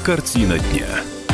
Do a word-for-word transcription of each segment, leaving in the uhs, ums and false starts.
Картина дня.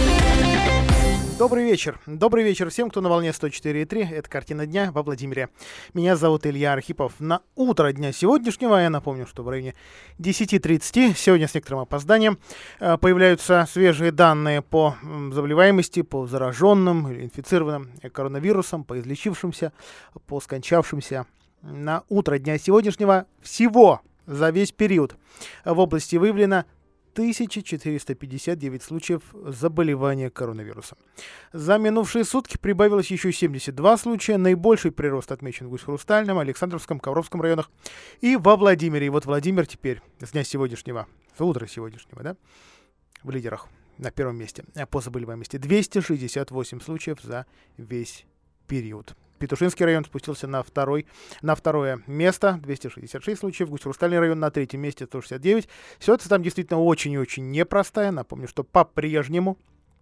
Добрый вечер. Добрый вечер всем, кто на волне сто четыре и три. Это «Картина дня» во Владимире. Меня зовут Илья Архипов. На утро дня сегодняшнего, я напомню, что в районе десяти тридцати, сегодня с некоторым опозданием, появляются свежие данные по заболеваемости, по зараженным или инфицированным коронавирусом, по излечившимся, по скончавшимся. На утро дня сегодняшнего всего за весь период в области выявлено тысяча четыреста пятьдесят девять случаев заболевания коронавирусом. За минувшие сутки прибавилось еще семьдесят два случая. Наибольший прирост отмечен в Усть-Хрустальном, Александровском, Ковровском районах и во Владимире. И вот Владимир теперь с дня сегодняшнего, с утра сегодняшнего, да, в лидерах на первом месте по заболеваемости. двести шестьдесят восемь случаев за весь период. Петушинский район спустился на, второй, на второе место, двести шестьдесят шесть случаев. Усть-Хрустальный район на третьем месте, сто шестьдесят девять. Ситуация там действительно очень и очень непростая. Напомню, что по-прежнему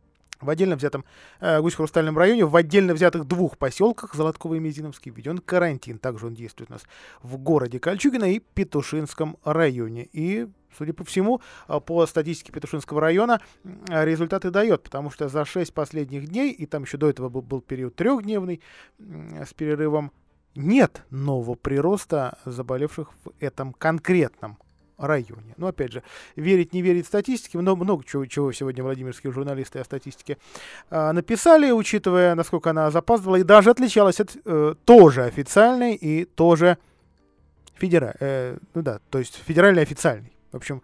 в отдельно взятом э, Усть-Хрустальном районе, в отдельно взятых двух поселках, Золотковый и Мизиновский, введен карантин. Также он действует у нас в городе Кольчугино и Петушинском районе. И, судя по всему, по статистике Петушинского района результаты дает, потому что за шесть последних дней, и там еще до этого был, был период трехдневный с перерывом, нет нового прироста заболевших в этом конкретном районе. Но, опять же, верить, не верить статистике, много, много чего, чего сегодня владимирские журналисты о статистике э, написали, учитывая, насколько она запаздывала и даже отличалась от э, тоже официальной и тоже федеральной, э, ну да, то есть федеральной официальной. В общем,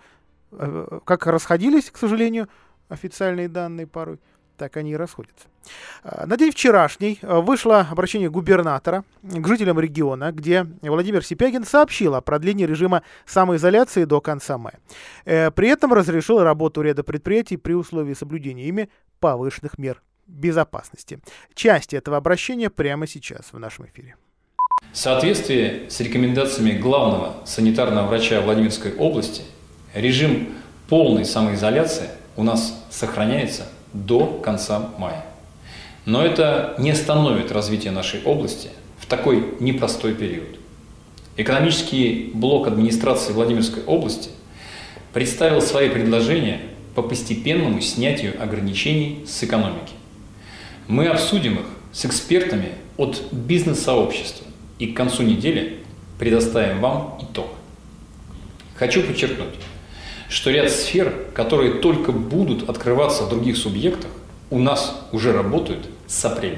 э, как расходились, к сожалению, официальные данные порой, так они и расходятся. На день вчерашний вышло обращение губернатора к жителям региона, где Владимир Сипягин сообщил о продлении режима самоизоляции до конца мая. При этом разрешил работу ряда предприятий при условии соблюдения ими повышенных мер безопасности. Части этого обращения прямо сейчас в нашем эфире. В соответствии с рекомендациями главного санитарного врача Владимирской области, режим полной самоизоляции у нас сохраняется до конца мая. Но это не остановит развитие нашей области в такой непростой период. Экономический блок администрации Владимирской области представил свои предложения по постепенному снятию ограничений с экономики. Мы обсудим их с экспертами от бизнес-сообщества и к концу недели предоставим вам итог. Хочу подчеркнуть, что ряд сфер, которые только будут открываться в других субъектах, у нас уже работают с апреля.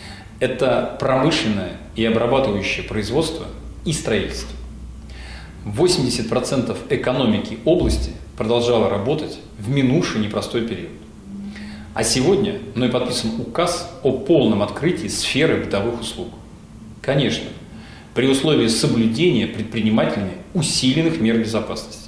Это промышленное и обрабатывающее производство и строительство. восемьдесят процентов экономики области продолжало работать в минувший непростой период. А сегодня мной подписан указ о полном открытии сферы бытовых услуг. Конечно, при условии соблюдения предпринимателями усиленных мер безопасности.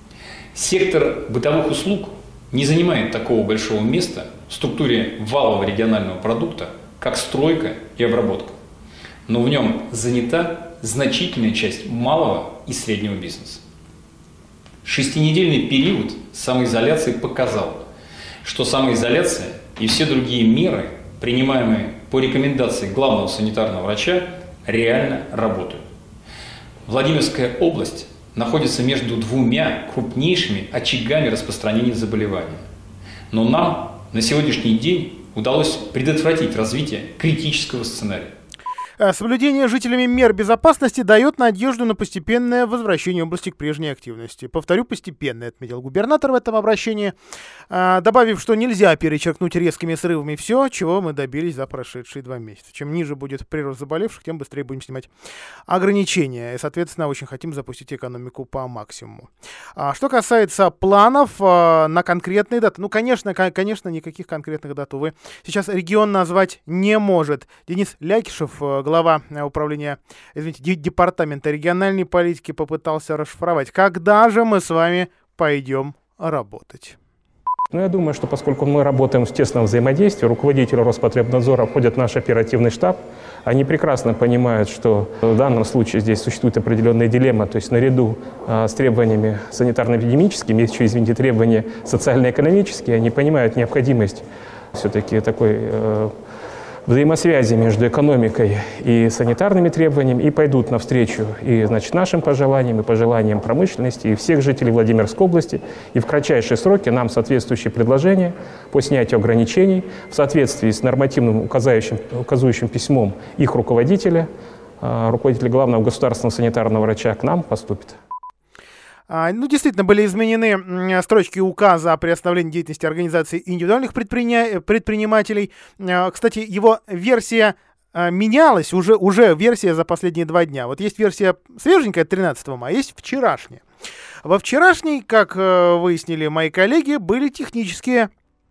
Сектор бытовых услуг не занимает такого большого места в структуре валового регионального продукта, как стройка и обработка. Но в нем занята значительная часть малого и среднего бизнеса. Шестинедельный период самоизоляции показал, что самоизоляция и все другие меры, принимаемые по рекомендации главного санитарного врача, реально работают. Владимирская область находится между двумя крупнейшими очагами распространения заболевания. Но нам на сегодняшний день удалось предотвратить развитие критического сценария. Соблюдение жителями мер безопасности дает надежду на постепенное возвращение области к прежней активности. Повторю, постепенно, отметил губернатор в этом обращении, добавив, что нельзя перечеркнуть резкими срывами все, чего мы добились за прошедшие два месяца. Чем ниже будет прирост заболевших, тем быстрее будем снимать ограничения. И, соответственно, очень хотим запустить экономику по максимуму. Что касается планов на конкретные даты, ну, конечно, конечно, никаких конкретных дат, увы, сейчас регион назвать не может. Денис Лякишев, глава управления, извините, департамента региональной политики, попытался расшифровать, когда же мы с вами пойдем работать. Ну, я думаю, что поскольку мы работаем в тесном взаимодействии, руководители Роспотребнадзора входят в наш оперативный штаб, они прекрасно понимают, что в данном случае здесь существует определенная дилемма, то есть наряду а, с требованиями санитарно-эпидемическими, есть еще, извините, требования социально-экономические, они понимают необходимость все-таки такой э, взаимосвязи между экономикой и санитарными требованиями и пойдут навстречу и, значит, нашим пожеланиям, и пожеланиям промышленности, и всех жителей Владимирской области. И в кратчайшие сроки нам соответствующие предложения по снятию ограничений в соответствии с нормативным указующим, указующим письмом их руководителя, руководителя главного государственного санитарного врача к нам поступит. Ну, действительно, были изменены строчки указа о приостановлении деятельности организаций индивидуальных предприня... предпринимателей. Кстати, его версия менялась, уже, уже версия за последние два дня. Вот есть версия свеженькая, тринадцатого мая, есть вчерашняя. Во вчерашней, как выяснили мои коллеги, были технические,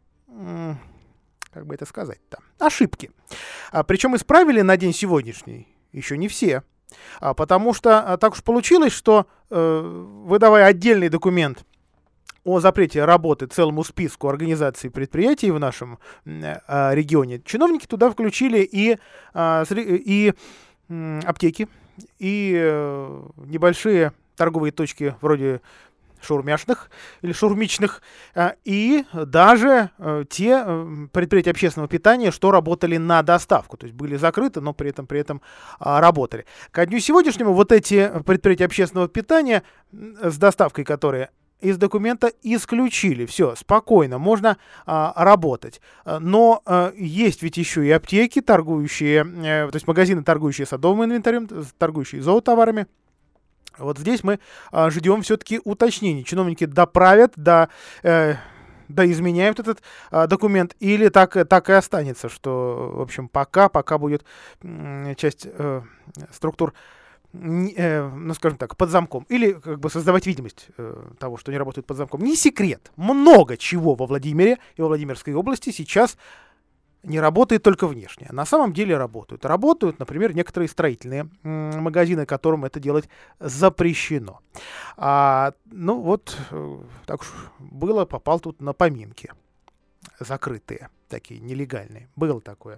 как бы это сказать-то, ошибки. Причем исправили на день сегодняшний еще не все. А, потому что а, так уж получилось, что, э, выдавая отдельный документ о запрете работы целому списку организаций и предприятий в нашем э, регионе, чиновники туда включили и, э, и э, аптеки, и э, небольшие торговые точки вроде шаурмяшных или шаурмичных, и даже те предприятия общественного питания, что работали на доставку, то есть были закрыты, но при этом, при этом работали. Ко дню сегодняшнему вот эти предприятия общественного питания с доставкой, которые из документа исключили. Все, спокойно, можно а, работать. Но а, есть ведь еще и аптеки, торгующие, а, то есть магазины, торгующие садовым инвентарем, торгующие зоотоварами. Вот здесь мы а, ждем все-таки уточнений. Чиновники доправят, до, э, доизменяют этот а, документ, или так, так и останется, что, в общем, пока, пока будет м, часть э, структур, э, ну, скажем так, под замком. Или как бы создавать видимость э, того, что они работают под замком. Не секрет. Много чего во Владимире и во Владимирской области сейчас не работает только внешне. На самом деле работают. Работают, например, некоторые строительные м- магазины, которым это делать запрещено. А, ну вот, э, так уж было, попал тут на поминки. Закрытые, такие нелегальные. Было такое.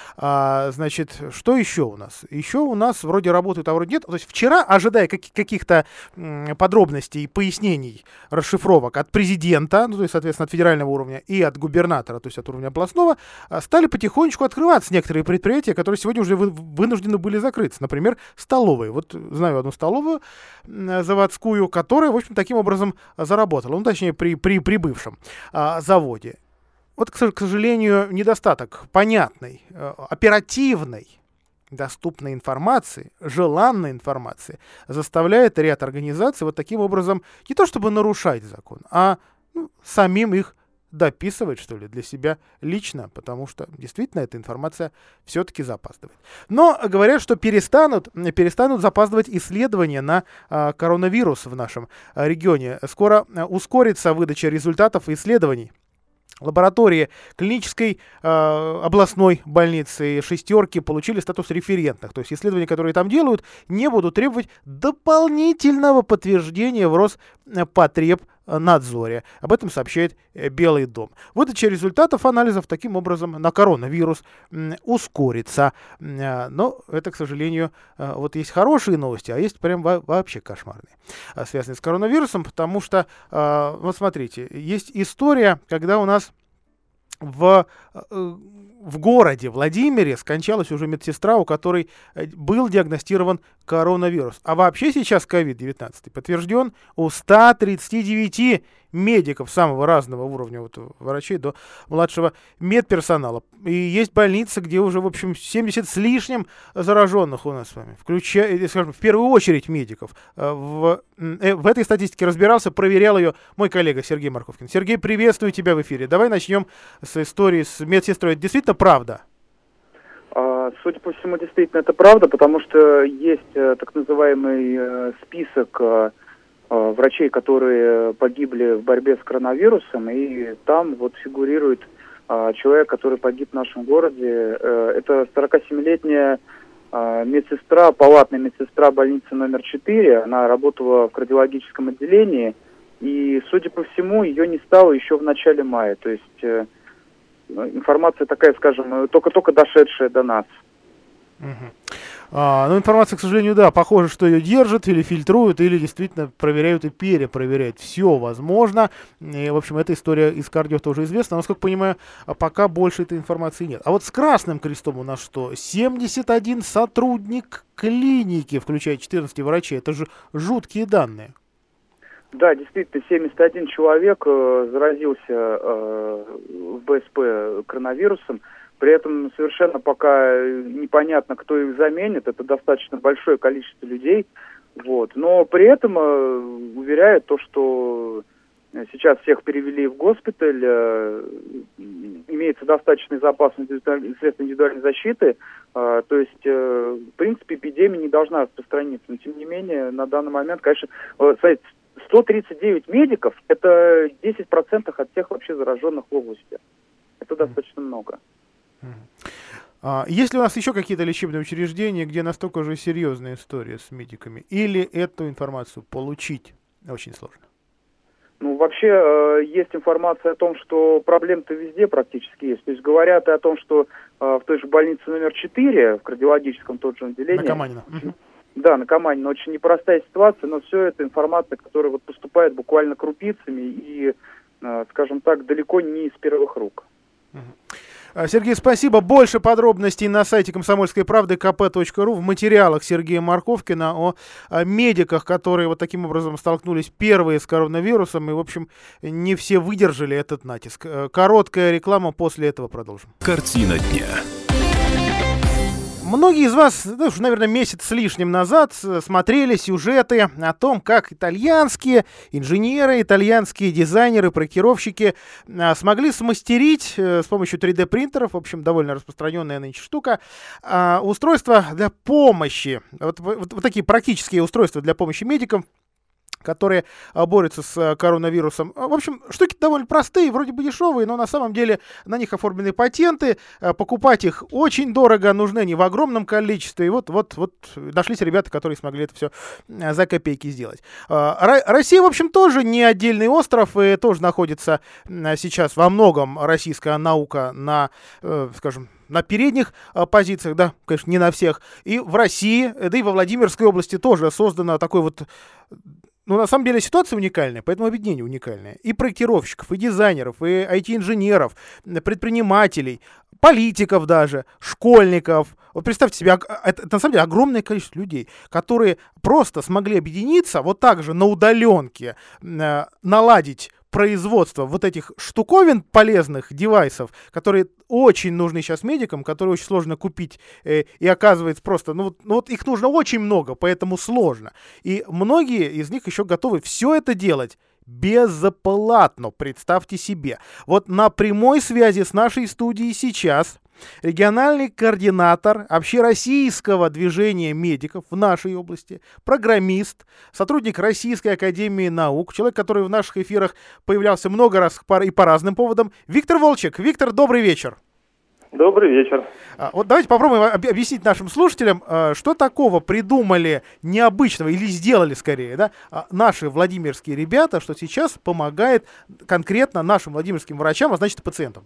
А, значит, что еще у нас? Еще у нас вроде работают, а вроде нет. То есть вчера, ожидая как- каких-то м- подробностей, пояснений, расшифровок от президента, ну, то есть, соответственно, от федерального уровня, и от губернатора, то есть от уровня областного, стали потихонечку открываться некоторые предприятия, которые сегодня уже вы- вынуждены были закрыться. Например, столовые. Вот знаю одну столовую м- заводскую, которая, в общем, таким образом заработала. Ну, точнее, при, при, при бывшем а, заводе. Вот, к сожалению, недостаток понятной, оперативной, доступной информации, желанной информации заставляет ряд организаций вот таким образом не то чтобы нарушать закон, а ну, самим их дописывать, что ли, для себя лично, потому что действительно эта информация все-таки запаздывает. Но говорят, что перестанут, перестанут запаздывать исследования на а, коронавирус в нашем а, регионе. Скоро а, ускорится выдача результатов исследований. Лаборатории клинической э, областной больницы «Шестерки» получили статус референтных. То есть исследования, которые там делают, не будут требовать дополнительного подтверждения в Роспотребнадзоре. Об этом сообщает Белый дом. Выдача результатов анализов таким образом на коронавирус м, ускорится. Но это, к сожалению, э, вот есть хорошие новости, а есть прям во- вообще кошмарные, связанные с коронавирусом, потому что, э, вот смотрите, есть история, когда у нас В, в городе Владимире скончалась уже медсестра, у которой был диагностирован коронавирус. А вообще сейчас ковид девятнадцать подтвержден у ста тридцати девяти медиков самого разного уровня, от врачей до младшего медперсонала. И есть больницы, где уже, в общем, семьдесят с лишним зараженных у нас с вами, включая, скажем, в первую очередь медиков. В, в этой статистике разбирался, проверял ее мой коллега Сергей Марковкин. Сергей, приветствую тебя в эфире. Давай начнем с истории с медсестрой. Это действительно правда? Судя по всему, действительно это правда, потому что есть так называемый список врачей, которые погибли в борьбе с коронавирусом, и там вот фигурирует человек, который погиб в нашем городе. Это сорокасемилетняя медсестра, палатная медсестра больницы номер четыре. Она работала в кардиологическом отделении, и, судя по всему, ее не стало еще в начале мая. То есть информация такая, скажем, только-только дошедшая до нас. Угу. А, ну, информация, к сожалению, да, похоже, что ее держат или фильтруют, или действительно проверяют и перепроверяют. Все возможно. И, в общем, эта история из кардио тоже известна. Но, насколько понимаю, пока больше этой информации нет. А вот с Красным Крестом у нас что? семьдесят один сотрудник клиники, включая четырнадцать врачей. Это же жуткие данные. Да, действительно, семьдесят один человек э, заразился э, в БСП коронавирусом. При этом совершенно пока непонятно, кто их заменит. Это достаточно большое количество людей. Вот. Но при этом э, уверяют то, что сейчас всех перевели в госпиталь. Э, имеется достаточный запас средств индивидуальной защиты. Э, то есть, э, в принципе, эпидемия не должна распространиться. Но, тем не менее, на данный момент, конечно, э, сто тридцать девять медиков – это десять процентов от всех вообще зараженных в области. Это достаточно много. А есть ли у нас еще какие-то лечебные учреждения, где настолько же серьезная история с медиками? Или эту информацию получить очень сложно? Ну, вообще, э, есть информация о том, что проблем-то везде практически есть. То есть говорят и о том, что э, в той же больнице номер четыре, в кардиологическом тот же отделении... На Каманина. Да, на Каманина очень непростая ситуация, но все это информация, которая вот поступает буквально крупицами и, э, скажем так, далеко не из первых рук. Сергей, спасибо. Больше подробностей на сайте «Комсомольской правды» ка пэ точка ру в материалах Сергея Марковкина о, о медиках, которые вот таким образом столкнулись первые с коронавирусом. И, в общем, не все выдержали этот натиск. Короткая реклама, после этого продолжим. Картина дня. Многие из вас, ну, наверное, месяц с лишним назад смотрели сюжеты о том, как итальянские инженеры, итальянские дизайнеры, проектировщики смогли смастерить с помощью три дэ принтеров, в общем, довольно распространенная нынче штука, устройства для помощи, вот, вот, вот такие практические устройства для помощи медикам, которые борются с коронавирусом. В общем, штуки довольно простые, вроде бы дешевые, но на самом деле на них оформлены патенты. Покупать их очень дорого, нужны они в огромном количестве. И вот, вот, вот нашлись ребята, которые смогли это все за копейки сделать. Россия, в общем, тоже не отдельный остров, и тоже находится сейчас во многом российская наука на, скажем, на передних а, позициях, да, конечно, не на всех. И в России, да и во Владимирской области тоже создано такой вот... Ну, на самом деле ситуация уникальная, поэтому объединение уникальное. И проектировщиков, и дизайнеров, и ай ти-инженеров, предпринимателей, политиков даже, школьников. Вот представьте себе, это, это на самом деле огромное количество людей, которые просто смогли объединиться, вот так же на удаленке э, наладить производство вот этих штуковин, полезных девайсов, которые очень нужны сейчас медикам, которые очень сложно купить, э, и оказывается просто, ну, ну вот их нужно очень много, поэтому сложно. И многие из них еще готовы все это делать безоплатно, представьте себе. Вот на прямой связи с нашей студией сейчас региональный координатор общероссийского движения медиков в нашей области, программист, сотрудник Российской академии наук, человек, который в наших эфирах появлялся много раз и по разным поводам, Виктор Волчек. Виктор, добрый вечер. Добрый вечер. Вот давайте попробуем объяснить нашим слушателям, что такого придумали необычного или сделали скорее, да, наши владимирские ребята, что сейчас помогает конкретно нашим владимирским врачам, а значит и пациентам.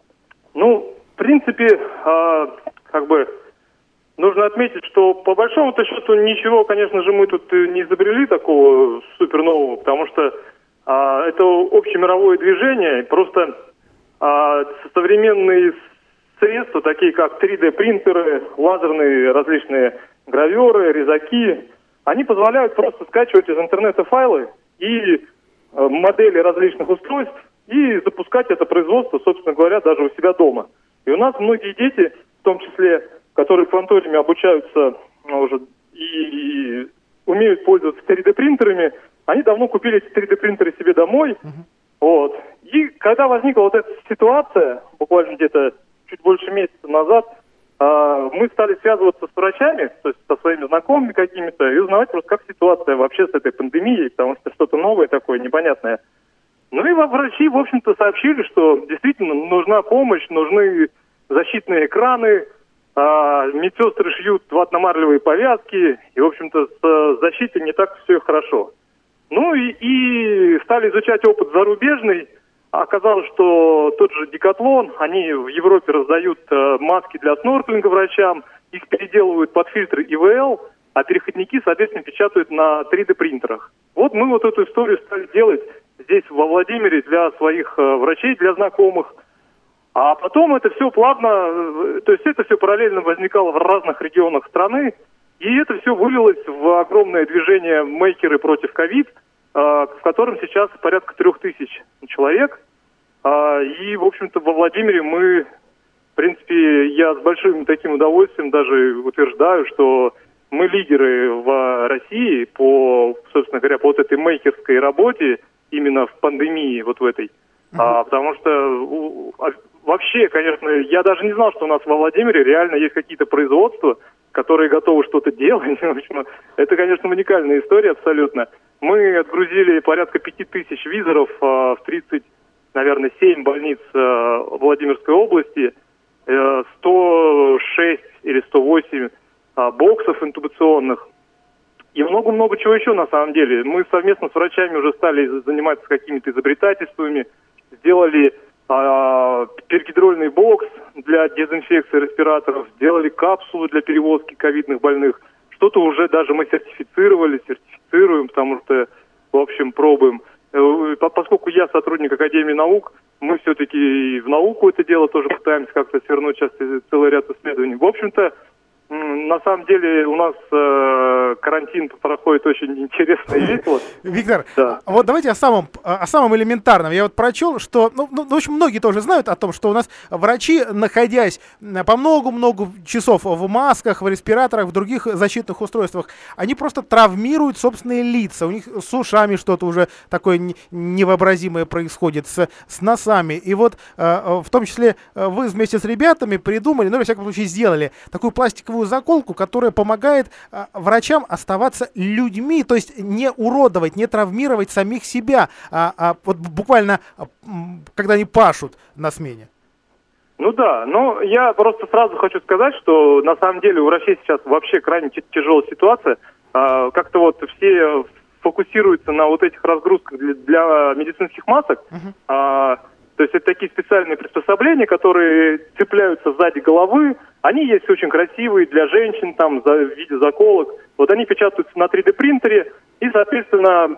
Ну, в принципе, э, как бы нужно отметить, что по большому-то счету ничего, конечно же, мы тут не изобрели такого супер нового, потому что э, это общемировое движение, просто э, современные средства, такие как три дэ принтеры, лазерные различные граверы, резаки, они позволяют просто скачивать из интернета файлы и э, модели различных устройств и запускать это производство, собственно говоря, даже у себя дома. И у нас многие дети, в том числе, которые в кванториуме обучаются уже и, и умеют пользоваться три дэ принтерами, они давно купили эти три дэ принтеры себе домой. Uh-huh. Вот. И когда возникла вот эта ситуация, буквально где-то чуть больше месяца назад, э, мы стали связываться с врачами, то есть со своими знакомыми какими-то, и узнавать просто, как ситуация вообще с этой пандемией, потому что что-то новое такое, непонятное. Ну и врачи, в общем-то, сообщили, что действительно нужна помощь, нужны защитные экраны, а, медсестры шьют ватно-марлевые повязки, и, в общем-то, с защитой не так все хорошо. Ну и, и стали изучать опыт зарубежный. Оказалось, что тот же Декатлон, они в Европе раздают а, маски для снорклинга врачам, их переделывают под фильтры И В Л, а переходники, соответственно, печатают на три дэ принтерах. Вот мы вот эту историю стали делать здесь, во Владимире, для своих э, врачей, для знакомых. А потом это все плавно, э, то есть это все параллельно возникало в разных регионах страны, и это все вылилось в огромное движение «Мейкеры против ковид», э, в котором сейчас порядка трех тысяч человек. Э, и, в общем-то, во Владимире мы, в принципе, я с большим таким удовольствием даже утверждаю, что мы лидеры в России по, собственно говоря, по вот этой мейкерской работе, именно в пандемии вот в этой. Uh-huh. А, потому что а, вообще, конечно, я даже не знал, что у нас во Владимире реально есть какие-то производства, которые готовы что-то делать. В общем, это, конечно, уникальная история абсолютно. Мы отгрузили порядка пяти тысяч визоров а, в тридцать, наверное, семь больниц а, Владимирской области, а, сто шесть или сто восемь боксов интубационных и много-много чего еще на самом деле. Мы совместно с врачами уже стали заниматься какими-то изобретательствами, сделали э, пергидрольный бокс для дезинфекции респираторов, сделали капсулы для перевозки ковидных больных. Что-то уже даже мы сертифицировали, сертифицируем, потому что, в общем, пробуем. Поскольку я сотрудник Академии наук, мы все-таки и в науку это дело тоже пытаемся как-то свернуть сейчас целый ряд исследований. В общем-то, на самом деле у нас э, карантин проходит очень интересно и весело. Виктор, да. Вот давайте о самом, о самом элементарном. Я вот прочел, что, ну, ну, в общем, многие тоже знают о том, что у нас врачи, находясь по много-много часов в масках, в респираторах, в других защитных устройствах, они просто травмируют собственные лица. У них с ушами что-то уже такое невообразимое происходит, с, с носами. И вот э, в том числе вы вместе с ребятами придумали, ну, во всяком случае, сделали такую пластиковую заколку, которая помогает а, врачам оставаться людьми, то есть не уродовать, не травмировать самих себя, а, а вот буквально, а, когда они пашут на смене. Ну да, но я просто сразу хочу сказать, что на самом деле у врачей сейчас вообще крайне тяжелая ситуация. А, как-то вот все фокусируются на вот этих разгрузках для, для медицинских масок. Uh-huh. А, то есть это такие специальные приспособления, которые цепляются сзади головы. Они есть очень красивые для женщин, там, в виде заколок. Вот они печатаются на три дэ принтере, и, соответственно,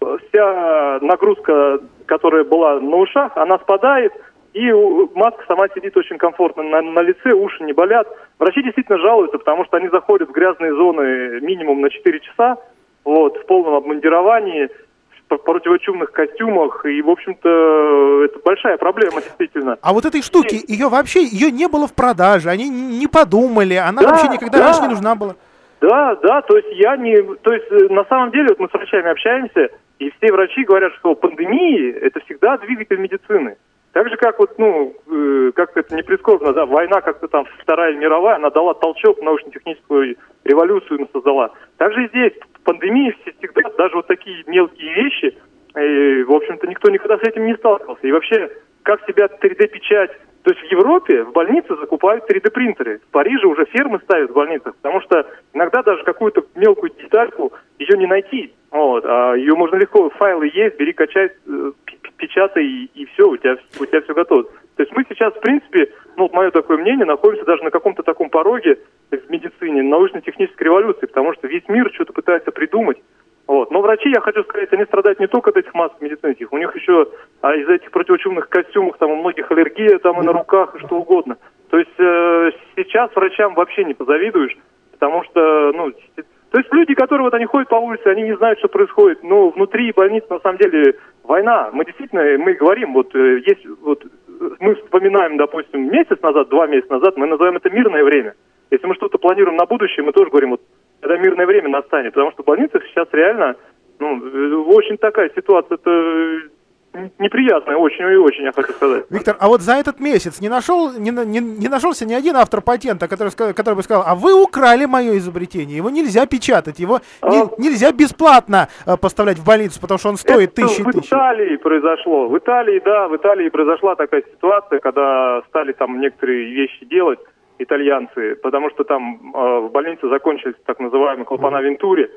вся нагрузка, которая была на ушах, она спадает, и маска сама сидит очень комфортно на, на лице, уши не болят. Врачи действительно жалуются, потому что они заходят в грязные зоны минимум на четыре часа, вот, в полном обмундировании, в противочумных костюмах, и, в общем-то, это большая проблема, действительно. А вот этой штуки, и... ее вообще, ее не было в продаже, они не подумали, она да, вообще никогда да. раньше не нужна была. Да, да, то есть я не, то есть на самом деле вот мы с врачами общаемся, и все врачи говорят, что пандемии это всегда двигатель медицины. Так же, как вот, ну, э, как это не прискорбно, да, война как-то там, Вторая мировая, она дала толчок, научно-техническую революцию создала. Также и здесь пандемии всегда, даже вот такие мелкие вещи, и, в общем-то, никто никогда с этим не сталкивался. И вообще, как себя три дэ-печать, то есть в Европе в больнице закупают три дэ принтеры, в Париже уже фермы ставят в больницах, потому что иногда даже какую-то мелкую детальку ее не найти, вот, а ее можно легко, файлы есть, бери, качай, печатай, и, и все, у тебя, у тебя все готово. То есть мы сейчас, в принципе, ну, вот мое такое мнение, находимся даже на каком-то таком пороге в медицине, научно-технической революции, потому что весь мир что-то пытается придумать. Вот. Но врачи, я хочу сказать, они страдают не только от этих масок медицинских, у них еще а, из-за этих противочумных костюмов, там у многих аллергия, там и на руках, и что угодно. То есть э, сейчас врачам вообще не позавидуешь, потому что, ну, то есть люди, которые вот они ходят по улице, они не знают, что происходит, но внутри больницы на самом деле война. Мы действительно, мы говорим, вот есть, вот мы вспоминаем, допустим, месяц назад, два месяца назад, мы называем это мирное время. Если мы что-то планируем на будущее, мы тоже говорим, вот когда мирное время настанет, потому что в больницах сейчас реально, ну, очень такая ситуация, это неприятная, очень и очень, я хочу сказать. Виктор, а вот за этот месяц не нашел, не, не, не нашелся ни один автор патента, который, который бы сказал, а вы украли мое изобретение, его нельзя печатать, его а... не, нельзя бесплатно э, поставлять в больницу, потому что он стоит это тысячи и тысячи. В Италии произошло, в Италии, да, в Италии произошла такая ситуация, когда стали там некоторые вещи делать итальянцы, потому что там э, в больнице закончились так называемые клапана Вентури,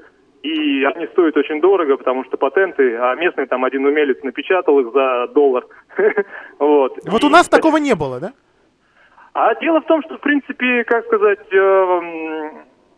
и они стоят очень дорого, потому что патенты, а местный там один умелец напечатал их за доллар. Вот. Вот у нас такого не было, да? А дело в том, что, в принципе, как сказать, э,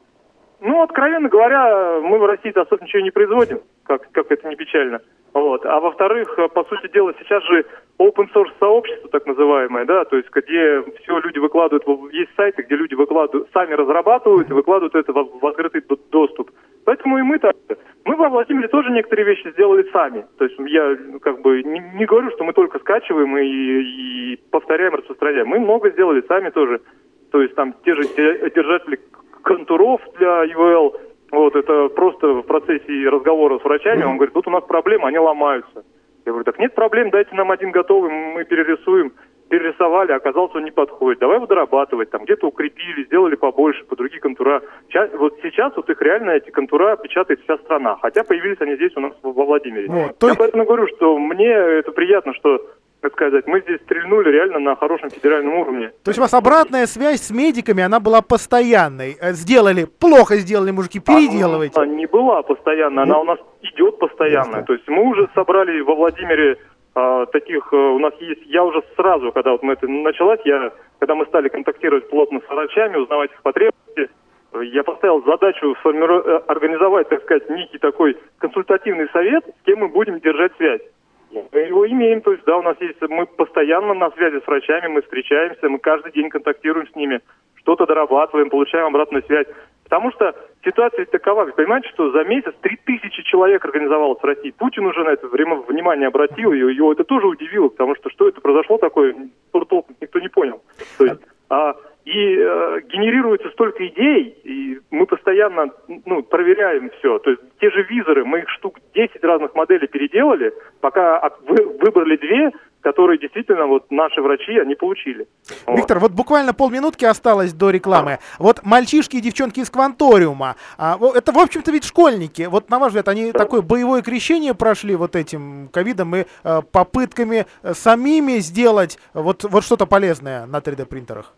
ну, откровенно говоря, мы в России-то особо ничего не производим, как, как это не печально. Вот. А во-вторых, по сути дела, сейчас же open source сообщество, так называемое, да, то есть где все люди выкладывают, есть сайты, где люди выкладывают, сами разрабатывают и выкладывают это в, в открытый доступ. Поэтому и мы так, мы во Владимире тоже некоторые вещи сделали сами. То есть я как бы не, не говорю, что мы только скачиваем и, и повторяем, распространяем. Мы много сделали сами тоже. То есть там те же держатели контуров для ю эл, вот, это просто в процессе разговора с врачами, он говорит, тут у нас проблемы, они ломаются. Я говорю, так нет проблем, дайте нам один готовый, мы перерисуем. Перерисовали, оказалось, он не подходит. Давай его дорабатывать, там где-то укрепили, сделали побольше, по другие контура. Сейчас, вот сейчас вот их реально эти контура печатает вся страна, хотя появились они здесь у нас во Владимире. Вот, Я есть... поэтому говорю, что мне это приятно, что, как сказать, мы здесь стрельнули реально на хорошем федеральном уровне. То есть у вас обратная связь с медиками, она была постоянной. Сделали, плохо сделали, мужики, переделывайте. Она не была постоянной, она у нас идет постоянно. Ясно. То есть мы уже собрали во Владимире а, таких, а, у нас есть, я уже сразу, когда вот мы это началось, я, когда мы стали контактировать плотно с врачами, узнавать их потребности, я поставил задачу сформиру... организовать, так сказать, некий такой консультативный совет, с кем мы будем держать связь. Мы его имеем, то есть, да, у нас есть, мы постоянно на связи с врачами, мы встречаемся, мы каждый день контактируем с ними, что-то дорабатываем, получаем обратную связь. Потому что ситуация такова, вы понимаете, что за месяц три тысячи человек организовалось в России. Путин уже на это время внимание обратил, и его это тоже удивило, потому что что это произошло такое, толком никто не понял. То есть, а, и э, генерируется столько идей, и мы постоянно ну, проверяем все. То есть те же визоры, мы их штук десять разных моделей переделали, пока от, вы, выбрали две, которые действительно вот наши врачи, они получили. Виктор, вот, вот буквально полминутки осталось до рекламы. Вот мальчишки и девчонки из Кванториума, а, это, в общем-то, ведь школьники. Вот, на ваш взгляд, они да. такое боевое крещение прошли вот этим ковидом и а, попытками самими сделать вот, вот что-то полезное на три дэ-принтерах?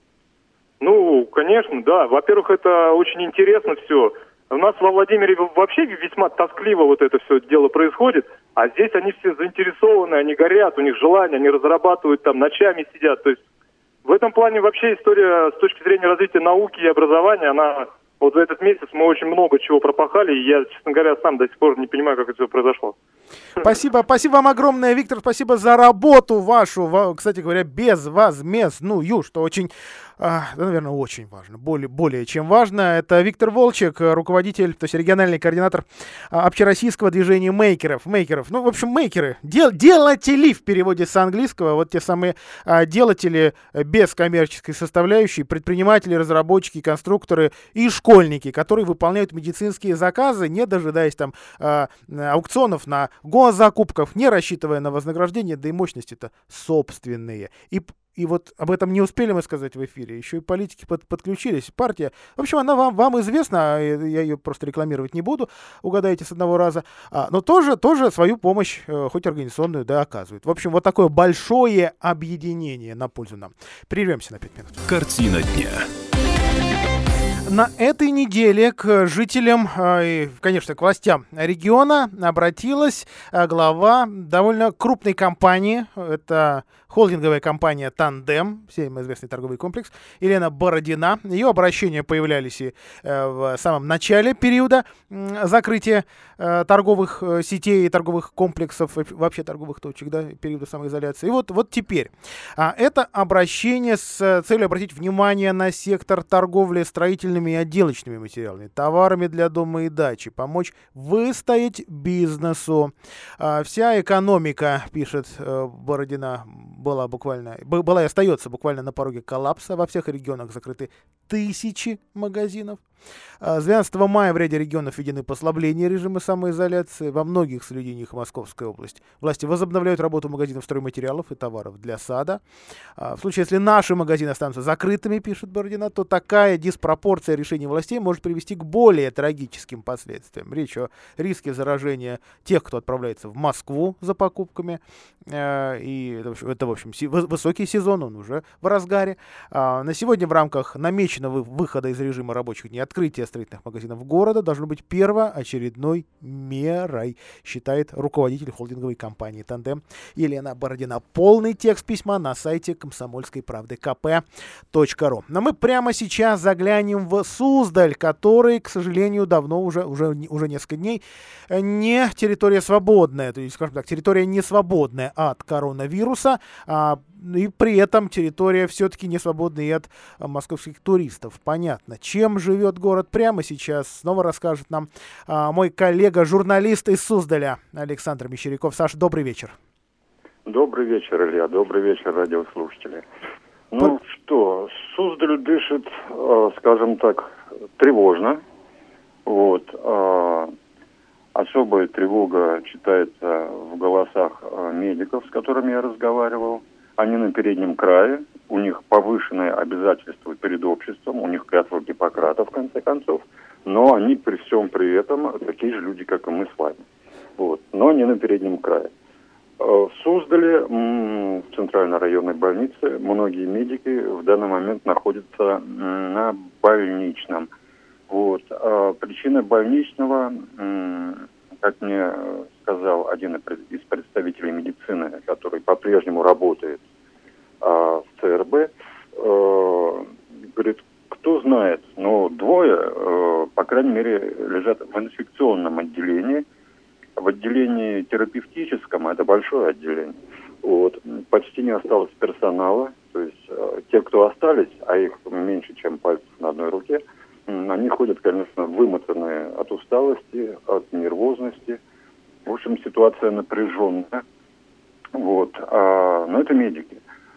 Ну, конечно, да. Во-первых, это очень интересно все. У нас во Владимире вообще весьма тоскливо вот это все дело происходит, а здесь они все заинтересованы, они горят, у них желание, они разрабатывают, там ночами сидят. То есть в этом плане вообще история с точки зрения развития науки и образования, она вот за этот месяц мы очень много чего пропахали, и я, честно говоря, сам до сих пор не понимаю, как это все произошло. Спасибо, спасибо вам огромное, Виктор, спасибо за работу вашу, кстати говоря, безвозмездную, что очень, а, наверное, очень важно, более, более чем важно. Это Виктор Волчек, руководитель, то есть региональный координатор а, общероссийского движения мейкеров. Мейкеров, ну, в общем, мейкеры, дел, делатели в переводе с английского, вот те самые а, делатели без коммерческой составляющей, предприниматели, разработчики, конструкторы и школьники, которые выполняют медицинские заказы, не дожидаясь там а, аукционов на госзакупках, не рассчитывая на вознаграждение, да и мощности-то собственные. И, и вот об этом не успели мы сказать в эфире, еще и политики под, подключились. Партия, в общем, она вам, вам известна, я ее просто рекламировать не буду, угадаете с одного раза, а, но тоже, тоже свою помощь, э, хоть организационную, да, оказывает. В общем, вот такое большое объединение на пользу нам. Прервемся на пять минут. Картина дня. На этой неделе к жителям и, конечно, к властям региона обратилась глава довольно крупной компании. Это холдинговая компания «Тандем», всем известный торговый комплекс, Елена Бородина. Ее обращения появлялись и в самом начале периода закрытия торговых сетей, торговых комплексов, вообще торговых точек, да, периода самоизоляции. И вот, вот теперь. Это обращение с целью обратить внимание на сектор торговли строительными и отделочными материалами, товарами для дома и дачи, помочь выстоять бизнесу. Вся экономика, пишет Бородина, была буквально, была и остается буквально на пороге коллапса. Во всех регионах закрыты тысячи магазинов. С двенадцатого мая в ряде регионов введены послабления режима самоизоляции. Во многих соединениях Московской области власти возобновляют работу магазинов стройматериалов и товаров для сада. В случае, если наши магазины останутся закрытыми, пишет Бородина, то такая диспропорция решений властей может привести к более трагическим последствиям. Речь о риске заражения тех, кто отправляется в Москву за покупками. И это, в общем, высокий сезон, он уже в разгаре. На сегодня в рамках намеченного выхода из режима рабочих дней открытие строительных магазинов города должно быть первоочередной мерой, считает руководитель холдинговой компании «Тандем» Елена Бородина. Полный текст письма на сайте комсомольской правды ка пэ точка ру. Но мы прямо сейчас заглянем в Суздаль, который, к сожалению, давно уже, уже, уже несколько дней не территория свободная, то есть, скажем так, территория не свободная от коронавируса, а, и при этом территория все-таки не свободная и от а, московских туристов. Понятно, чем живет город прямо сейчас, снова расскажет нам а, мой коллега-журналист из Суздаля Александр Мещеряков. Саша, добрый вечер. Добрый вечер, Илья. Добрый вечер, радиослушатели. Ну Под... что, Суздаль дышит, э, скажем так, тревожно. Вот. Э, особая тревога читается в голосах э, медиков, с которыми я разговаривал. Они на переднем крае, у них повышенные обязательства перед обществом, у них клятва Гиппократа, в конце концов, но они при всем при этом такие же люди, как и мы с вами. Вот. Но не на переднем крае. В Суздале, в центральной районной больнице, многие медики в данный момент находятся на больничном. Вот. А причина больничного, как мне сказал один из представителей медицины, который по-прежнему работает в цэ эр бэ, говорит, кто знает, но двое, по крайней мере, лежат в инфекционном отделении. В отделении терапевтическом, это большое отделение, вот, почти не осталось персонала. То есть э, те, кто остались, а их меньше, чем пальцев на одной руке, э, они ходят, конечно, вымотанные от усталости, от нервозности. В общем, ситуация напряженная. Вот. А, но это медики.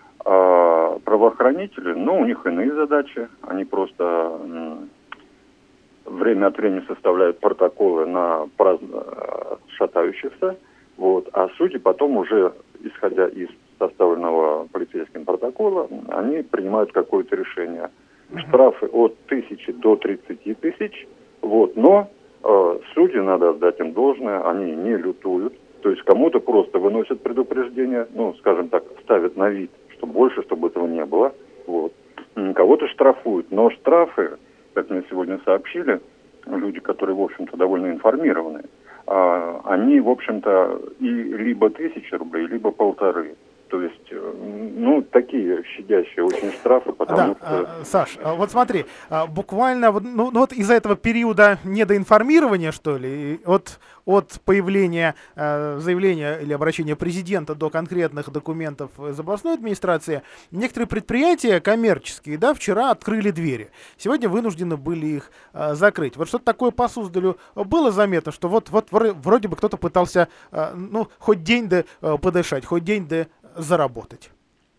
А правоохранители, ну, у них иные задачи. Они просто... М- время от времени составляют протоколы на праздно шатающихся, вот, а судьи потом уже, исходя из составленного полицейским протокола, они принимают какое-то решение. Штрафы от тысячи до тридцати тысяч, вот, но э, судьи, надо отдать им должное, они не лютуют, то есть кому-то просто выносят предупреждение, ну, скажем так, ставят на вид, что больше, чтобы этого не было, вот. Кого-то штрафуют, но штрафы, как мне сегодня сообщили, люди, которые, в общем-то, довольно информированы, а, они, в общем-то, и либо тысяча рублей, либо полторы. То есть, ну, такие щадящие очень штрафы, потому да, что... А, Саш, вот смотри, буквально, ну, ну вот из-за этого периода недоинформирования, что ли, от, от появления э, заявления или обращения президента до конкретных документов из областной администрации, некоторые предприятия коммерческие, да, вчера открыли двери. Сегодня вынуждены были их э, закрыть. Вот что-то такое по Суздалю было заметно, что вот, вот вроде бы кто-то пытался, э, ну, хоть день да э, подышать, хоть день да заработать.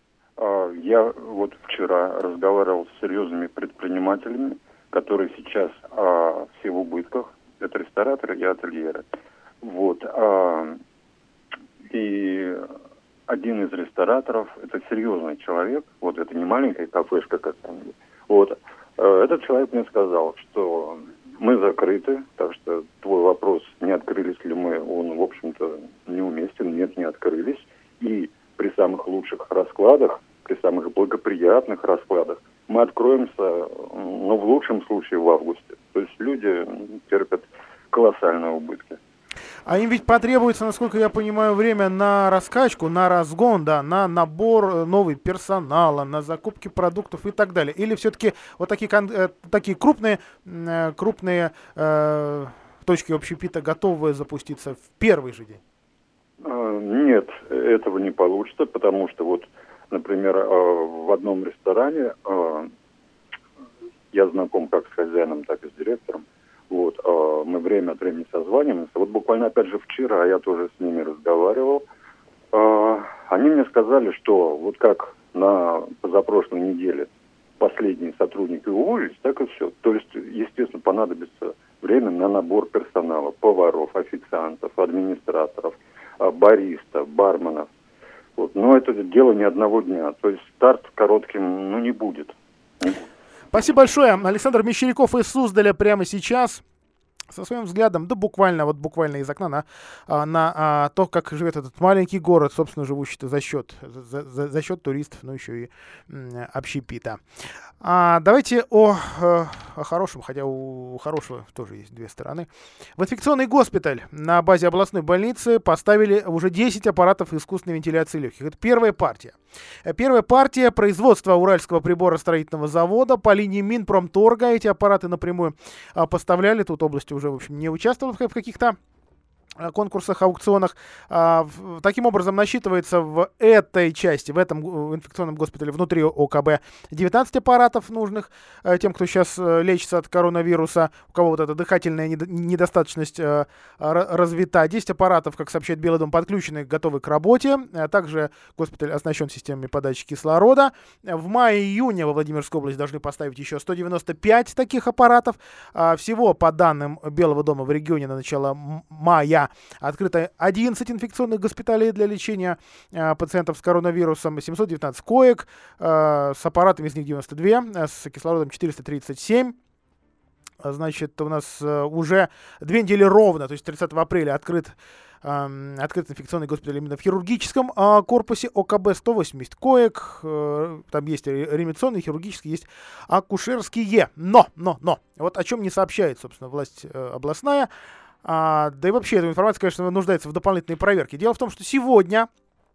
Я вот вчера разговаривал с серьезными предпринимателями, которые сейчас а, все в убытках. Это рестораторы и ательеры. Вот. А, и один из рестораторов, это серьезный человек, вот это не маленькая кафешка какая-нибудь. Вот. Этот человек мне сказал, что мы закрыты, так что твой вопрос, не открылись ли мы, он, в общем-то, неуместен. Нет, не открылись. И при самых лучших раскладах, при самых благоприятных раскладах мы откроемся, ну, в лучшем случае в августе. То есть люди терпят колоссальные убытки. А им ведь потребуется, насколько я понимаю, время на раскачку, на разгон, да, на набор нового персонала, на закупки продуктов и так далее. Или все-таки вот такие, э, такие крупные, э, крупные э, точки общепита готовы запуститься в первый же день? Нет, этого не получится, потому что вот, например, в одном ресторане, я знаком как с хозяином, так и с директором, вот, мы время от времени созваниваемся. Вот буквально опять же вчера я тоже с ними разговаривал. Они мне сказали, что вот как на позапрошлой неделе последние сотрудники уволились, так и все. То есть, естественно, понадобится время на набор персонала, поваров, официантов, администраторов, бариста, барменов. Вот. Но это дело не одного дня. То есть старт коротким, ну, не будет. Спасибо большое. Александр Мещеряков из Суздаля прямо сейчас со своим взглядом, да буквально, вот буквально из окна на, а, на а, то, как живет этот маленький город, собственно, живущий за счет, за, за, за счет туристов, ну еще и м, общепита. А, давайте о, о хорошем, хотя у хорошего тоже есть две стороны. В инфекционный госпиталь на базе областной больницы поставили уже десять аппаратов искусственной вентиляции легких. Это первая партия. Первая партия производства Уральского приборостроительного завода по линии Минпромторга. Эти аппараты напрямую а, поставляли. Тут область уже, в общем, не участвовала в каких-то конкурсах, аукционах. А, в, таким образом, насчитывается в этой части, в этом инфекционном госпитале внутри ОКБ девятнадцать аппаратов нужных а, тем, кто сейчас а, лечится от коронавируса, у кого вот эта дыхательная недо- недостаточность а, а, развита. десять аппаратов, как сообщает Белый дом, подключены, готовы к работе. А также госпиталь оснащен системами подачи кислорода. В мае-июне во Владимирской области должны поставить еще сто девяносто пять таких аппаратов. А, всего, по данным Белого дома, в регионе на начало мая открыто одиннадцать инфекционных госпиталей для лечения э, пациентов с коронавирусом, семьсот девятнадцать коек, э, с аппаратами из них девяносто два, э, с кислородом четыреста тридцать семь. Значит, у нас э, уже две недели ровно, то есть тридцатого апреля открыт, э, открыт инфекционный госпиталь именно в хирургическом э, корпусе ОКБ, сто восемьдесят коек, э, там есть реанимационные, хирургические, есть акушерские. Но, но, но, вот о чем не сообщает, собственно, власть э, областная. А, да и вообще эта информация, конечно, нуждается в дополнительной проверке. Дело в том, что сегодня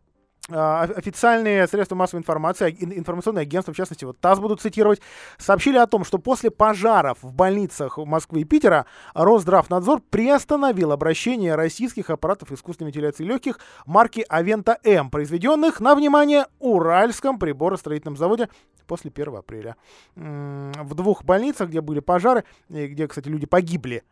а, официальные средства массовой информации, информационные агентства, в частности, вот ТАСС будут цитировать, сообщили о том, что после пожаров в больницах Москвы и Питера Росздравнадзор приостановил обращение российских аппаратов искусственной вентиляции легких марки Авента М, произведенных, на внимание, Уральском приборостроительном заводе после первого апреля. В двух больницах, где были пожары, и где, кстати, люди погибли,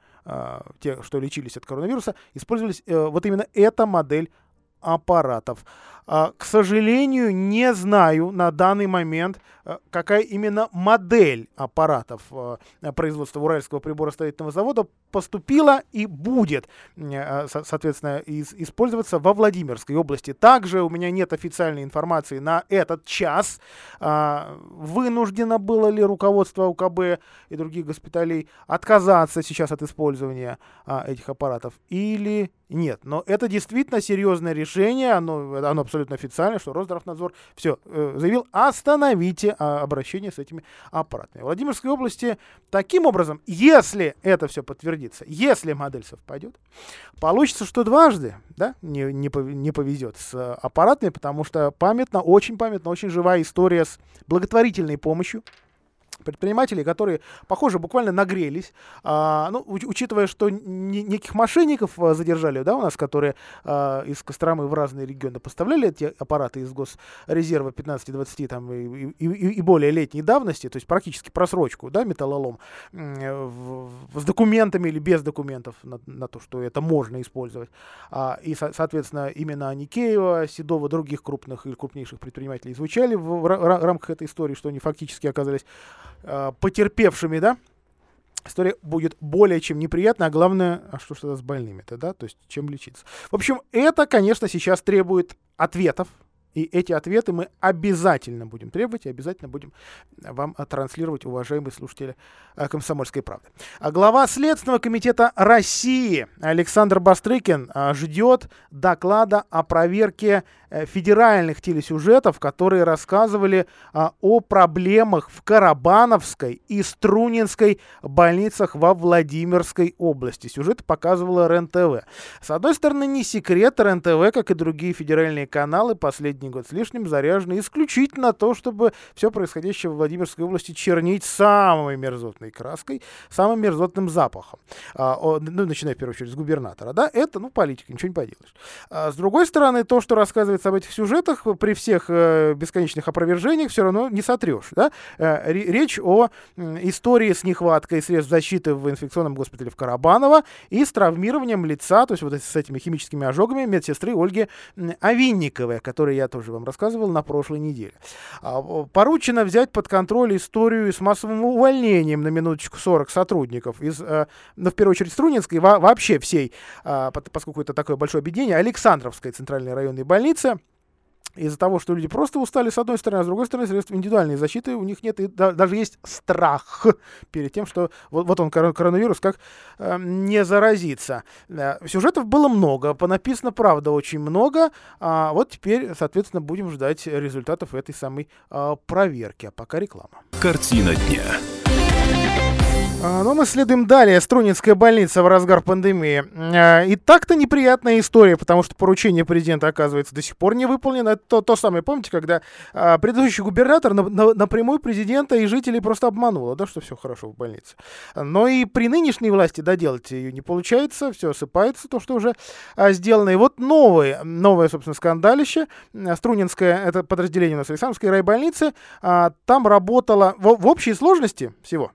те, что лечились от коронавируса, использовались э, вот именно эта модель аппаратов. А, к сожалению, не знаю на данный момент, а, какая именно модель аппаратов а, производства Уральского приборостроительного завода поступила и будет, а, со- соответственно, из- использоваться во Владимирской области. Также у меня нет официальной информации на этот час, а, вынуждено было ли руководство УКБ и других госпиталей отказаться сейчас от использования а, этих аппаратов или нет. Но это действительно серьезное решение, оно, оно абсолютно официально, что Росздравнадзор все э, заявил: остановите а, обращение с этими аппаратами. В Владимирской области таким образом, если это все подтвердится, если модель совпадет, получится, что дважды, да, не, не, пов- не повезет с аппаратами, потому что памятна, очень памятна, очень живая история с благотворительной помощью предпринимателей, которые, похоже, буквально нагрелись, а, ну, уч- учитывая, что не- неких мошенников а, задержали, да, у нас, которые а, из Костромы в разные регионы поставляли эти аппараты из госрезерва пятнадцати-двадцати там, и, и, и, и более летней давности, то есть практически просрочку, да, металлолом, м, в- в- с документами или без документов на, на то, что это можно использовать. А, и, со- соответственно, именно Аникеева, Седова, других крупных или крупнейших предпринимателей звучали в, в ра- рамках этой истории, что они фактически оказались потерпевшими, да, история будет более чем неприятна, а главное, а что что с больными-то, да, то есть чем лечиться. В общем, это, конечно, сейчас требует ответов, и эти ответы мы обязательно будем требовать и обязательно будем вам транслировать, уважаемые слушатели «Комсомольской правды». А глава Следственного комитета России Александр Бастрыкин а, ждет доклада о проверке э, федеральных телесюжетов, которые рассказывали а, о проблемах в Карабановской и Струнинской больницах во Владимирской области. Сюжет показывала РЕН-ТВ. С одной стороны, не секрет, РЕН-ТВ, как и другие федеральные каналы, последний год с лишним заряжены исключительно на то, чтобы все происходящее в Владимирской области чернить самой мерзотной краской, самым мерзотным запахом. А, о, ну, начиная в первую очередь с губернатора. Да? Это, ну, политика, ничего не поделаешь. А, с другой стороны, то, что рассказывается об этих сюжетах, при всех э, бесконечных опровержениях все равно не сотрешь. Да? Э, речь о э, истории с нехваткой средств защиты в инфекционном госпитале в Карабаново и с травмированием лица, то есть вот с этими химическими ожогами медсестры Ольги Овинниковой, которой я тоже вам рассказывал на прошлой неделе. Поручено взять под контроль историю с массовым увольнением на минуточку сорок сотрудников из, ну, в первую очередь, Струнинской, вообще всей, поскольку это такое большое объединение, Александровской центральной районной больницы. из-за того, что люди просто устали с одной стороны, а с другой стороны, средств индивидуальной защиты у них нет, и да, даже есть страх перед тем, что вот, вот он, коронавирус, как э, не заразиться. Э, сюжетов было много, понаписано, правда, очень много, а вот теперь, соответственно, будем ждать результатов этой самой э, проверки, а пока реклама. Картина дня. Но мы следуем далее. Струнинская больница в разгар пандемии. И так-то неприятная история, потому что поручение президента, оказывается, до сих пор не выполнено. Это то, то самое, помните, когда а, предыдущий губернатор на, на, напрямую президента и жителей просто обманула, да, что все хорошо в больнице. Но и при нынешней власти доделать ее не получается, все осыпается, то, что уже а, сделано. И вот новое, новое, собственно, скандалище. Струнинская, это подразделение у нас Александровской райбольницы, а, там работало в, в общей сложности всего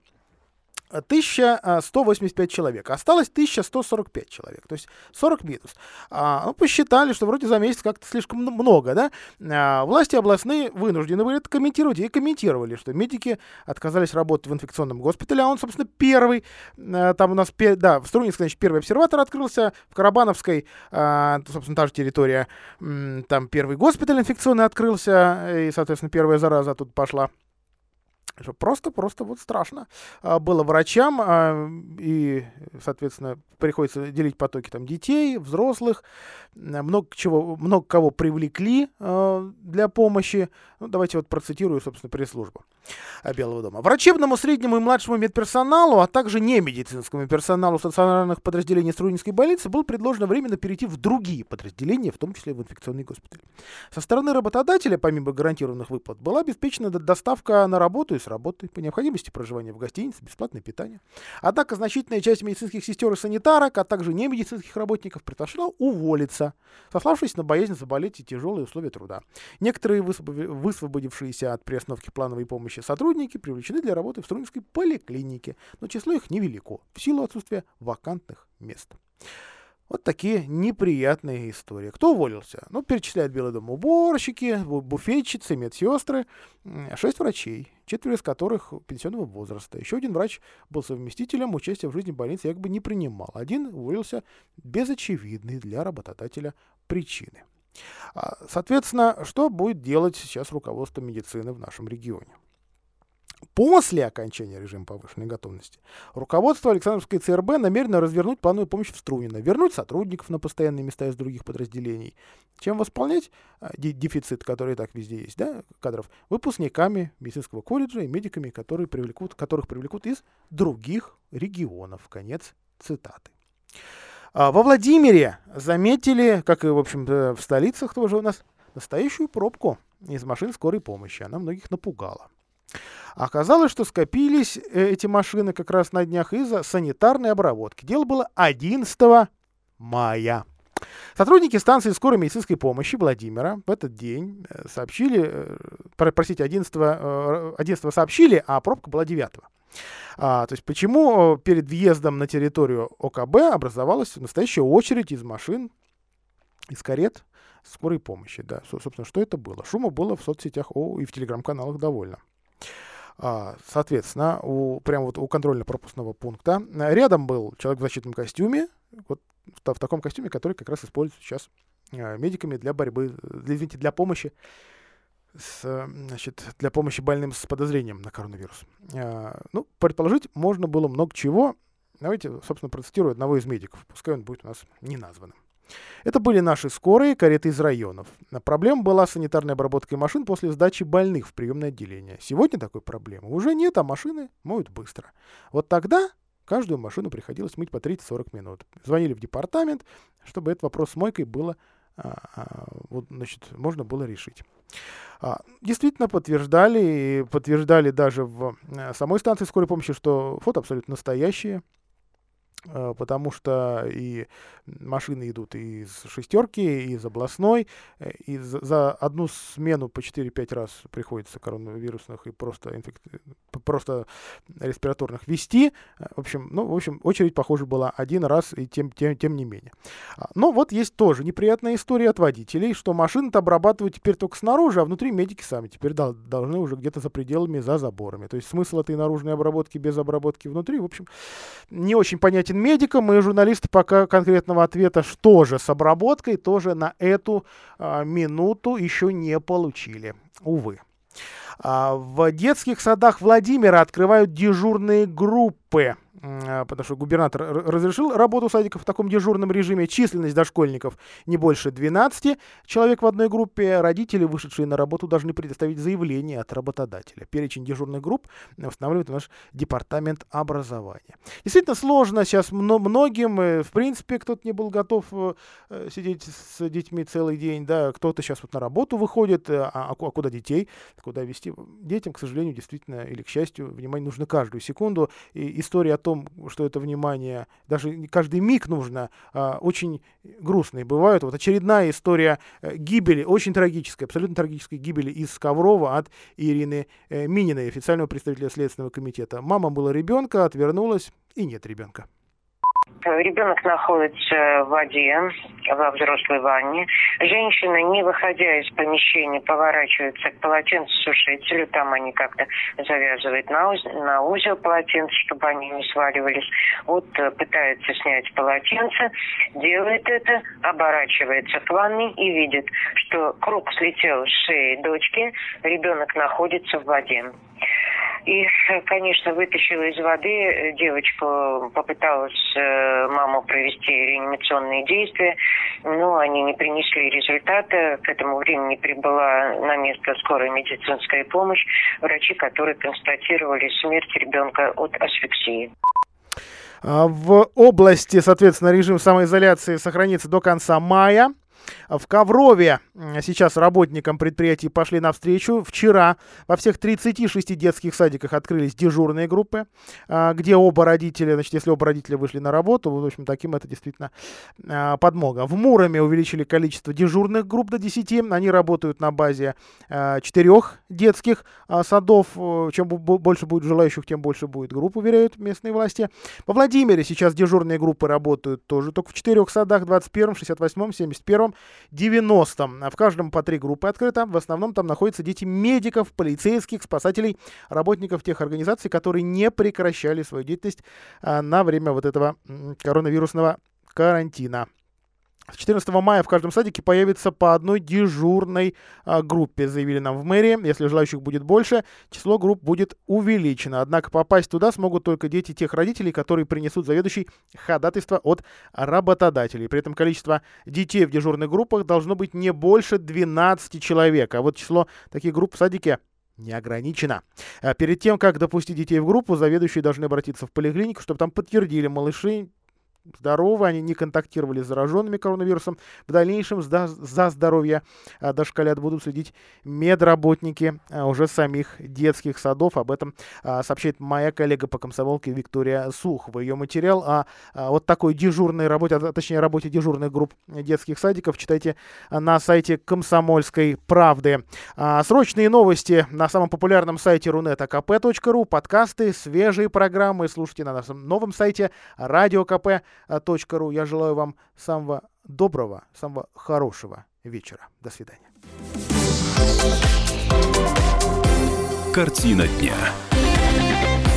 тысяча сто восемьдесят пять человек. Осталось тысяча сто сорок пять человек. То есть сорок минус. А, ну, посчитали, что вроде за месяц как-то слишком много, да? А, власти областные вынуждены были это комментировать и комментировали, что медики отказались работать в инфекционном госпитале, а он, собственно, первый. А, там у нас, да, в Струнинске, значит, первый обсерватор открылся, в Карабановской, а, собственно, та же территория, там первый госпиталь инфекционный открылся, и, соответственно, первая зараза тут пошла. Просто-просто вот страшно а, было врачам, а, и, соответственно, приходится делить потоки там детей, взрослых, много чего, много кого привлекли а, для помощи. Ну, давайте вот процитирую, собственно, пресс-службу Белого дома. Врачебному, среднему и младшему медперсоналу, а также немедицинскому персоналу стационарных подразделений Струнинской больницы было предложено временно перейти в другие подразделения, в том числе в инфекционный госпиталь. Со стороны работодателя, помимо гарантированных выплат, была обеспечена доставка на работу и с работы, по необходимости проживания в гостинице, бесплатное питание. Однако значительная часть медицинских сестер и санитарок, а также немедицинских работников предпочла уволиться, сославшись на боязнь заболеть и тяжелые условия труда. Некоторые высвободившиеся от приостановки плановой помощи сотрудники привлечены для работы в Струнинской поликлинике, но число их невелико в силу отсутствия вакантных мест. Вот такие неприятные истории. Кто уволился? Ну, перечисляют Белый дом: уборщики, буфетчицы, медсестры, шесть врачей, четверо из которых пенсионного возраста. Еще один врач был совместителем, участия в жизни больницы якобы не принимал. Один уволился без очевидной для работодателя причины. Соответственно, что будет делать сейчас руководство медицины в нашем регионе? После окончания режима повышенной готовности руководство Александровской ЦРБ намерено развернуть плановую помощь в Струнино, вернуть сотрудников на постоянные места из других подразделений. Чем восполнять дефицит, который и так везде есть, да, кадров? Выпускниками медицинского колледжа и медиками, которые привлекут, которых привлекут из других регионов. Конец цитаты. Во Владимире заметили, как и, в общем, в столицах тоже у нас, настоящую пробку из машин скорой помощи. Она многих напугала. Оказалось, что скопились эти машины как раз на днях из-за санитарной обработки. Дело было одиннадцатого мая. Сотрудники станции скорой медицинской помощи Владимира в этот день сообщили, простите, одиннадцатого, одиннадцатого сообщили, а пробка была девятого. А, то есть почему перед въездом на территорию ОКБ образовалась настоящая очередь из машин, из карет скорой помощи. Да, собственно, что это было? Шума было в соцсетях о, и в телеграм-каналах довольно. А, соответственно, у, прямо вот у контрольно-пропускного пункта рядом был человек в защитном костюме, вот в, в таком костюме, который как раз используется сейчас а, медиками для борьбы, для, извините, для помощи с, значит, для помощи больным с подозрением на коронавирус. А, ну, предположить можно было много чего. Давайте, собственно, процитирую одного из медиков, пускай он будет у нас не названным. Это были наши скорые, кареты из районов. Проблема была с санитарной обработкой машин после сдачи больных в приемное отделение. Сегодня такой проблемы уже нет, а машины моют быстро. Вот тогда каждую машину приходилось мыть по тридцать-сорок минут. Звонили в департамент, чтобы этот вопрос с мойкой было, а, а, вот, значит, можно было решить. А, действительно подтверждали, и подтверждали даже в а, самой станции скорой помощи, что фото абсолютно настоящие. Потому что и машины идут и из шестерки, и из областной, и за одну смену по четыре-пять раз приходится коронавирусных и просто, инфек... просто респираторных вести. В общем, ну, в общем, очередь, похоже, была один раз, и тем, тем, тем не менее. Но вот есть тоже неприятная история от водителей, что машины-то обрабатывают теперь только снаружи, а внутри медики сами теперь должны уже где-то за пределами, за заборами. То есть смысл этой наружной обработки без обработки внутри, в общем, не очень понятен обеспечен медиком, и журналисты пока конкретного ответа, что же с обработкой, тоже на эту а, минуту еще не получили. Увы. А, в детских садах Владимира открывают дежурные группы, потому что губернатор разрешил работу садиков в таком дежурном режиме. Численность дошкольников не больше двенадцати человек в одной группе. Родители, вышедшие на работу, должны предоставить заявление от работодателя. Перечень дежурных групп устанавливает наш департамент образования. Действительно сложно сейчас многим. В принципе, кто-то не был готов сидеть с детьми целый день. Да, кто-то сейчас вот на работу выходит. А, а куда детей? Куда вести? Детям, к сожалению, действительно, или к счастью, внимание нужно каждую секунду. И история о том, что это внимание, даже каждый миг нужно, а, очень грустные бывают. Вот очередная история э, гибели, очень трагическая, абсолютно трагической гибели из Коврова от Ирины э, Мининой, официального представителя Следственного комитета. Мама была ребенка, отвернулась, и нет ребенка. Ребенок находится в воде, во взрослой ванне. Женщина, не выходя из помещения, поворачивается к полотенцесушителю. Там они как-то завязывают на, уз... на узел полотенца, чтобы они не сваливались. Вот пытается снять полотенце, делает это, оборачивается к ванне и видит, что круг слетел с шеи дочки, ребенок находится в воде. И, конечно, вытащила из воды девочку, попыталась э, маму провести реанимационные действия, но они не принесли результата. К этому времени прибыла на место скорая медицинская помощь, врачи, которые констатировали смерть ребенка от асфиксии. В области, соответственно, режим самоизоляции сохранится до конца мая. В Коврове сейчас работникам предприятий пошли навстречу. Вчера во всех тридцати шести детских садиках открылись дежурные группы, где оба родителя, значит, если оба родителя вышли на работу, в общем, таким это действительно подмога. В Муроме увеличили количество дежурных групп до десяти. Они работают на базе четырех детских садов. Чем больше будет желающих, тем больше будет групп, уверяют местные власти. Во Владимире сейчас дежурные группы работают тоже только в четырех садах: двадцать первом, шестьдесят восьмом, семьдесят первом, девяностом. В каждом по три группы открыто. В основном там находятся дети медиков, полицейских, спасателей, работников тех организаций, которые не прекращали свою деятельность а, на время вот этого м, коронавирусного карантина. С четырнадцатого мая в каждом садике появится по одной дежурной а, группе, заявили нам в мэрии. Если желающих будет больше, число групп будет увеличено. Однако попасть туда смогут только дети тех родителей, которые принесут заведующий ходатайство от работодателей. При этом количество детей в дежурных группах должно быть не больше двенадцати человек. А вот число таких групп в садике не ограничено. А перед тем, как допустить детей в группу, заведующие должны обратиться в поликлинику, чтобы там подтвердили: малыши здоровы, они не контактировали с зараженными коронавирусом. В дальнейшем за, за здоровье а, дошколят будут следить медработники а, уже самих детских садов. Об этом а, сообщает моя коллега по комсомолке Виктория Сухова. Ее материал о а, вот такой дежурной работе, а, точнее работе дежурных групп детских садиков читайте на сайте «Комсомольской правды». А, срочные новости на самом популярном сайте рунет а ка пэ точка ру, подкасты, свежие программы слушайте на нашем новом сайте радио ка пэ точка ру. Я желаю вам самого доброго, самого хорошего вечера. До свидания. Картина дня.